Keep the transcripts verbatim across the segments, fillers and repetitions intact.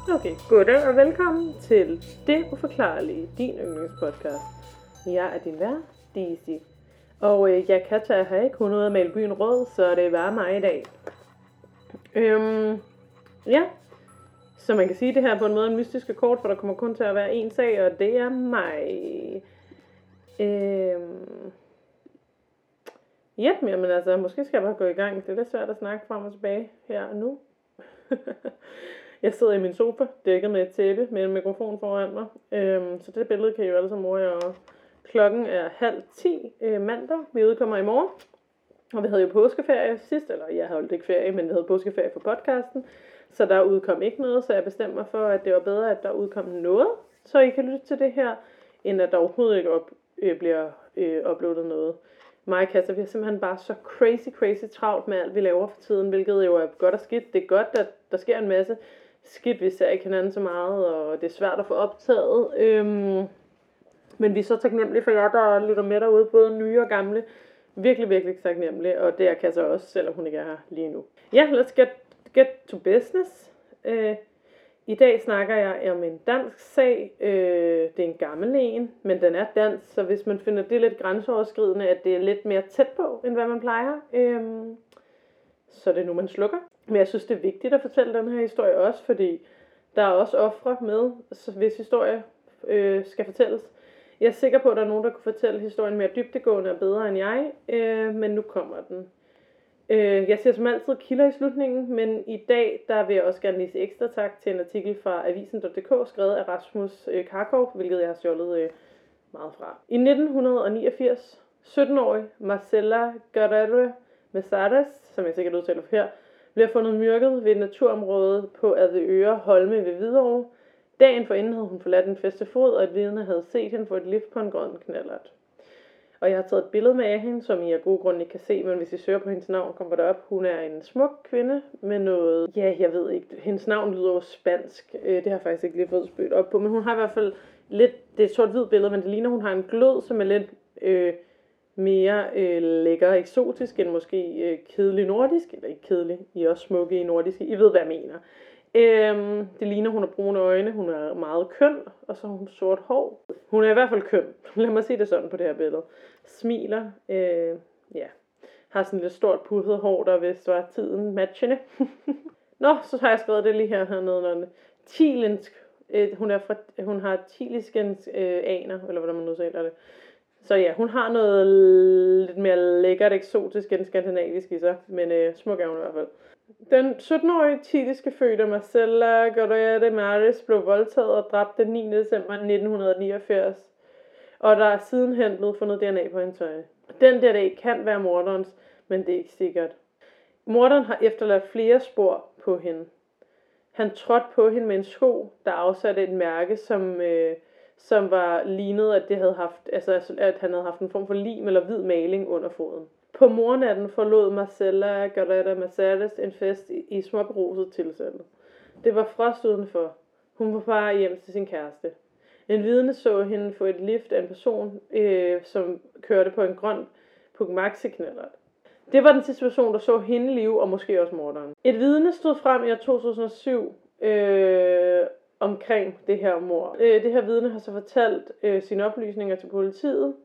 Okay, goddag og velkommen til Det Uforklarlige, din yndlingspodcast. Jeg er din vært, Daisy. Og øh, ja, Katja har ikke, hun er ude at male byen rød, så det er bare mig i dag. Øhm, ja, så man kan sige det her på en måde en mystiske kort, for der kommer kun til at være en sag, og det er mig. Øhm, ja, men altså, måske skal jeg bare gå i gang. Det er lidt svært at snakke frem og tilbage her og nu. Jeg sidder i min sofa, dækket med et tæppe, med en mikrofon foran mig. Øhm, så det billede kan I jo alle sammen over. Og klokken er halv ti øh, mandag. Vi udkommer i morgen. Og vi havde jo påskeferie sidst, eller jeg holdt ikke ferie, men vi havde påskeferie for podcasten. Så der udkom ikke noget, så jeg bestemte mig for, at det var bedre, at der udkom noget. Så I kan lytte til det her, end at der overhovedet ikke op, øh, bliver øh, uploadet noget. Mig og Katja, vi har simpelthen bare så crazy, crazy travlt med alt, vi laver for tiden, hvilket jo er godt og skidt. Det er godt, at der sker en masse skidt, vi ser ikke hinanden så meget, og det er svært at få optaget. Øhm, men vi er så taknemmelige for jer, der lytter med derude, både nye og gamle. Virkelig, virkelig taknemmelige, og det er Katja også, selvom hun ikke er her lige nu. Ja, yeah, let's get, get to business. Uh, I dag snakker jeg om en dansk sag. Uh, det er en gammel en, men den er dansk, så hvis man finder det lidt grænseoverskridende, at det er lidt mere tæt på, end hvad man plejer, uh, så er det nu, man slukker. Men jeg synes, det er vigtigt at fortælle den her historie også, fordi der er også ofre med, hvis historie øh, skal fortælles. Jeg er sikker på, at der er nogen, der kunne fortælle historien mere dybdegående og bedre end jeg, øh, men nu kommer den. Øh, jeg siger som altid kilder i slutningen, men i dag der vil jeg også gerne lige sige ekstra tak til en artikel fra avisen punktum d k, skrevet af Rasmus øh, Karkov, hvilket jeg har stjålet øh, meget fra. I nitten niogfirs, sytten-årig Marcela Guerrero Mesares, som jeg sikkert udtaler for her, bliver fundet myrdet ved et naturområde på Avedøre Holme ved Hvidovre. Dagen forinden havde hun forladt en festefod, og et vidne havde set hende få et lift på en grøn knallert. Og jeg har taget et billede med af hende, som I af gode grunde ikke kan se, men hvis I søger på hendes navn, kommer det op. Hun er en smuk kvinde med noget, ja, jeg ved ikke, hendes navn lyder jo spansk. Det har jeg faktisk ikke lige fået spydt op på, men hun har i hvert fald lidt, det er et sort-hvid billede, men det ligner, hun har en glød, som er lidt øh, mere øh, lækker eksotisk end måske øh, kedelig nordisk, eller ikke kedelig, I er også smukke i nordiske, I ved hvad jeg mener. Øhm, det ligner, hun har brune øjne, hun er meget køn, og så har hun sort hår. Hun er i hvert fald køn, lad mig sige det sådan på det her billede. Smiler, øh, ja, har sådan lidt stort pudset hår, der vist var tiden matchende. Nå, så har jeg skrevet det lige her hernede. Thilensk, øh, hun, er fra, hun har thiliskens øh, aner, eller hvordan man nu siger det. Så ja, hun har noget lidt mere lækkert eksotisk end skandinavisk i sig, men øh, smuk er hun i hvert fald. Den sytten-årige thiliske fødte Marcela Guerrero Mares blev voldtaget og dræbt den niende december nitten niogfirs, og der er sidenhen blevet fundet D N A på hendes tøj. Den D N A kan være morderens, men det er ikke sikkert. Morderen har efterladt flere spor på hende. Han trådte på hende med en sko, der afsatte et mærke, som... Øh, som var lignet, at det havde haft, altså at han havde haft en form for lim eller hvid maling under foden. På mornatten forlod Marcela Guerrero Mesares en fest i, i småberuset tilstand. Det var frost udenfor. Hun var bare hjem til sin kæreste. En vidne så hende få et lift af en person, øh, som kørte på en grøn Puch Maxi-knallert. Det var den situation, der så hende live, og måske også morderen. Et vidne stod frem i år to tusind og syv, øh, omkring det her mord. Øh, det her vidne har så fortalt øh, sine oplysninger til politiet,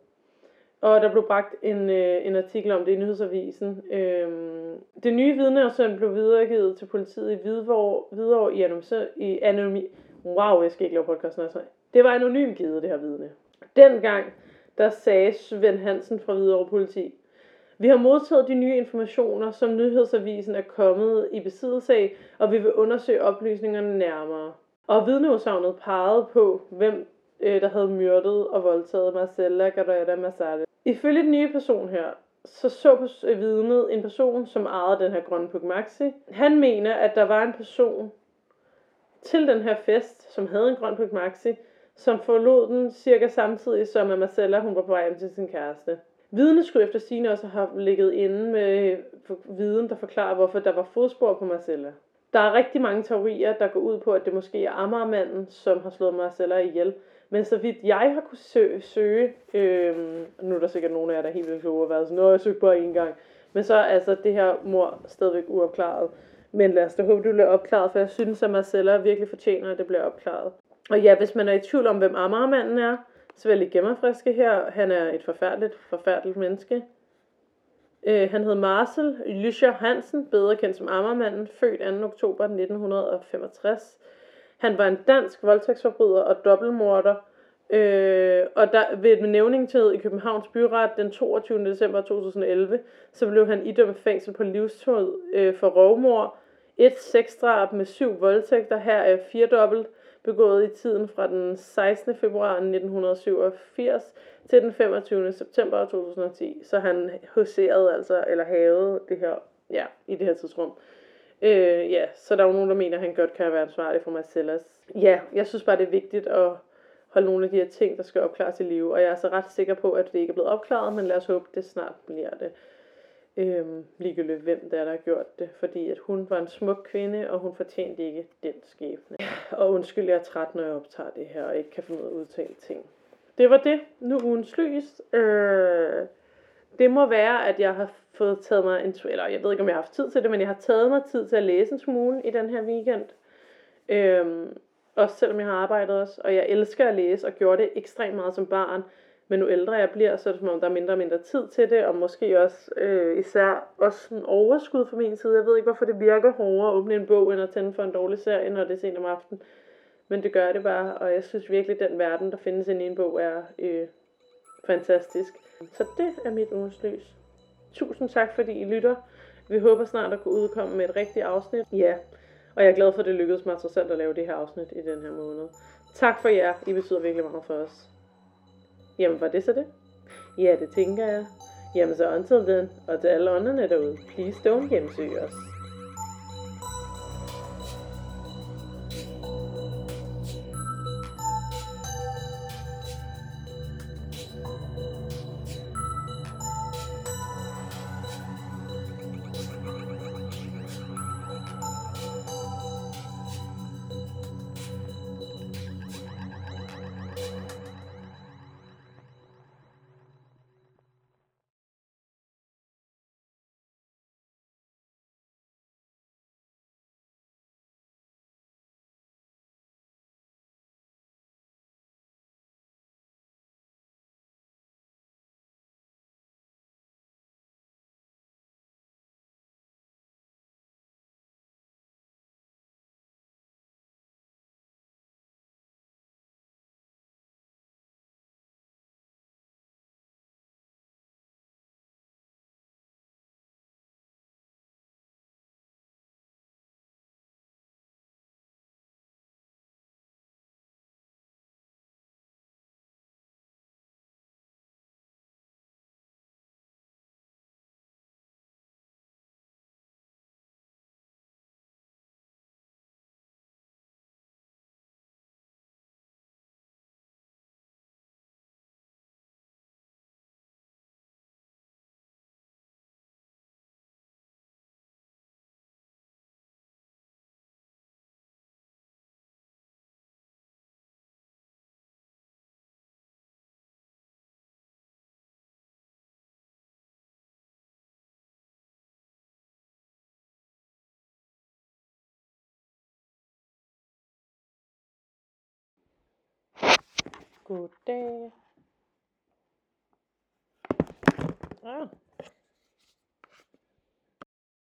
og der blev bragt en, øh, en artikel om det i nyhedsavisen. Øh, det nye vidne er så blev videregivet til politiet i Hvidovre, Hvidovre i, anonymi, i anonymi. Wow, jeg skal ikke lave podcasten altså. Det var anonymt givet, det her vidne. Dengang, der sagde Svend Hansen fra Hvidovre Politi: vi har modtaget de nye informationer, som nyhedsavisen er kommet i besiddelse af, og vi vil undersøge oplysningerne nærmere. Og vidneudsagnet pegede på, hvem øh, der havde myrdet og voldtaget Marcela Guerrero Mesares. Ifølge den nye person her, så så vidnet en person, som ejede den her grønne Puch Maxi. Han mener, at der var en person til den her fest, som havde en grøn Puch Maxi, som forlod den cirka samtidig som at Marcela, hun var på vej hjem til sin kæreste. Vidnet skulle efter sigende også have ligget inde med viden, der forklarer, hvorfor der var fodspor på Marcela. Der er rigtig mange teorier, der går ud på, at det måske er Amagermanden, som har slået Marcela ihjel. Men så vidt jeg har kunne søge, søge øh, nu er der sikkert nogen af jer, der er helt vildt kloge og været sådan, nå, jeg søgte bare en gang. Men så er altså det her mord stadigvæk uopklaret. Men lad os da håbe, det bliver opklaret, for jeg synes, at Marcella virkelig fortjener, at det bliver opklaret. Og ja, hvis man er i tvivl om, hvem Amagermanden er, så vil jeg lige gennemfriske her. Han er et forfærdeligt, forfærdeligt menneske. Øh, han hed Marcel Lyscher Hansen, bedre kendt som Amagermanden, født anden oktober nitten femogtres. Han var en dansk voldtægtsforbryder og dobbeltmorder, øh, og der, ved et nævningstid i Københavns Byret den toogtyvende december to tusind og elleve, så blev han idømt fængsel på livstid øh, for rovmord, et seksdrab med syv voldtægter, her er firedobbelt, begået i tiden fra den sekstende februar nitten syvogfirs til den femogtyvende september to tusind og ti. Så han huserede altså, eller havede det her, ja, i det her tidsrum. Øh, ja, så der er jo nogen, der mener, at han godt kan være ansvarlig for Marcellas. Ja, jeg synes bare, det er vigtigt at holde nogle af de her ting, der skal opklares i live. Og jeg er så ret sikker på, at det ikke er blevet opklaret, men lad os håbe, det snart bliver det. Øhm, ligegyldigt hvem der, der har gjort det. Fordi at hun var en smuk kvinde, og hun fortjente ikke den skæbne. Og undskyld, jeg er træt, når jeg optager det her, og ikke kan finde ud af at udtale ting. Det var det. Nu ugens lys. Øh, det må være, at jeg har fået taget mig en, eller jeg ved ikke, om jeg har haft tid til det, men jeg har taget mig tid til at læse en smule i den her weekend. Øhm, også selvom jeg har arbejdet også, og jeg elsker at læse, og gjorde det ekstremt meget som barn. Men nu ældre jeg bliver, så er det som om, der er mindre og mindre tid til det, og måske også øh, især også en overskud fra min side. Jeg ved ikke, hvorfor det virker hårdere at åbne en bog, end at tænde for en dårlig serie, når det er sent om aftenen. Men det gør det bare, og jeg synes virkelig, at den verden, der findes inde i en bog, er øh, fantastisk. Så det er mit ugens lys. Tusind tak, fordi I lytter. Vi håber snart at kunne udkomme med et rigtigt afsnit. Ja, og jeg er glad for, at det lykkedes mig trods alt at lave det her afsnit i den her måned. Tak for jer. I betyder virkelig meget for os. Jamen, var det så det? Ja, det tænker jeg. Jamen så until then, og til alle ånderne derude, please don't hjemsøge os. Goddag. Ah.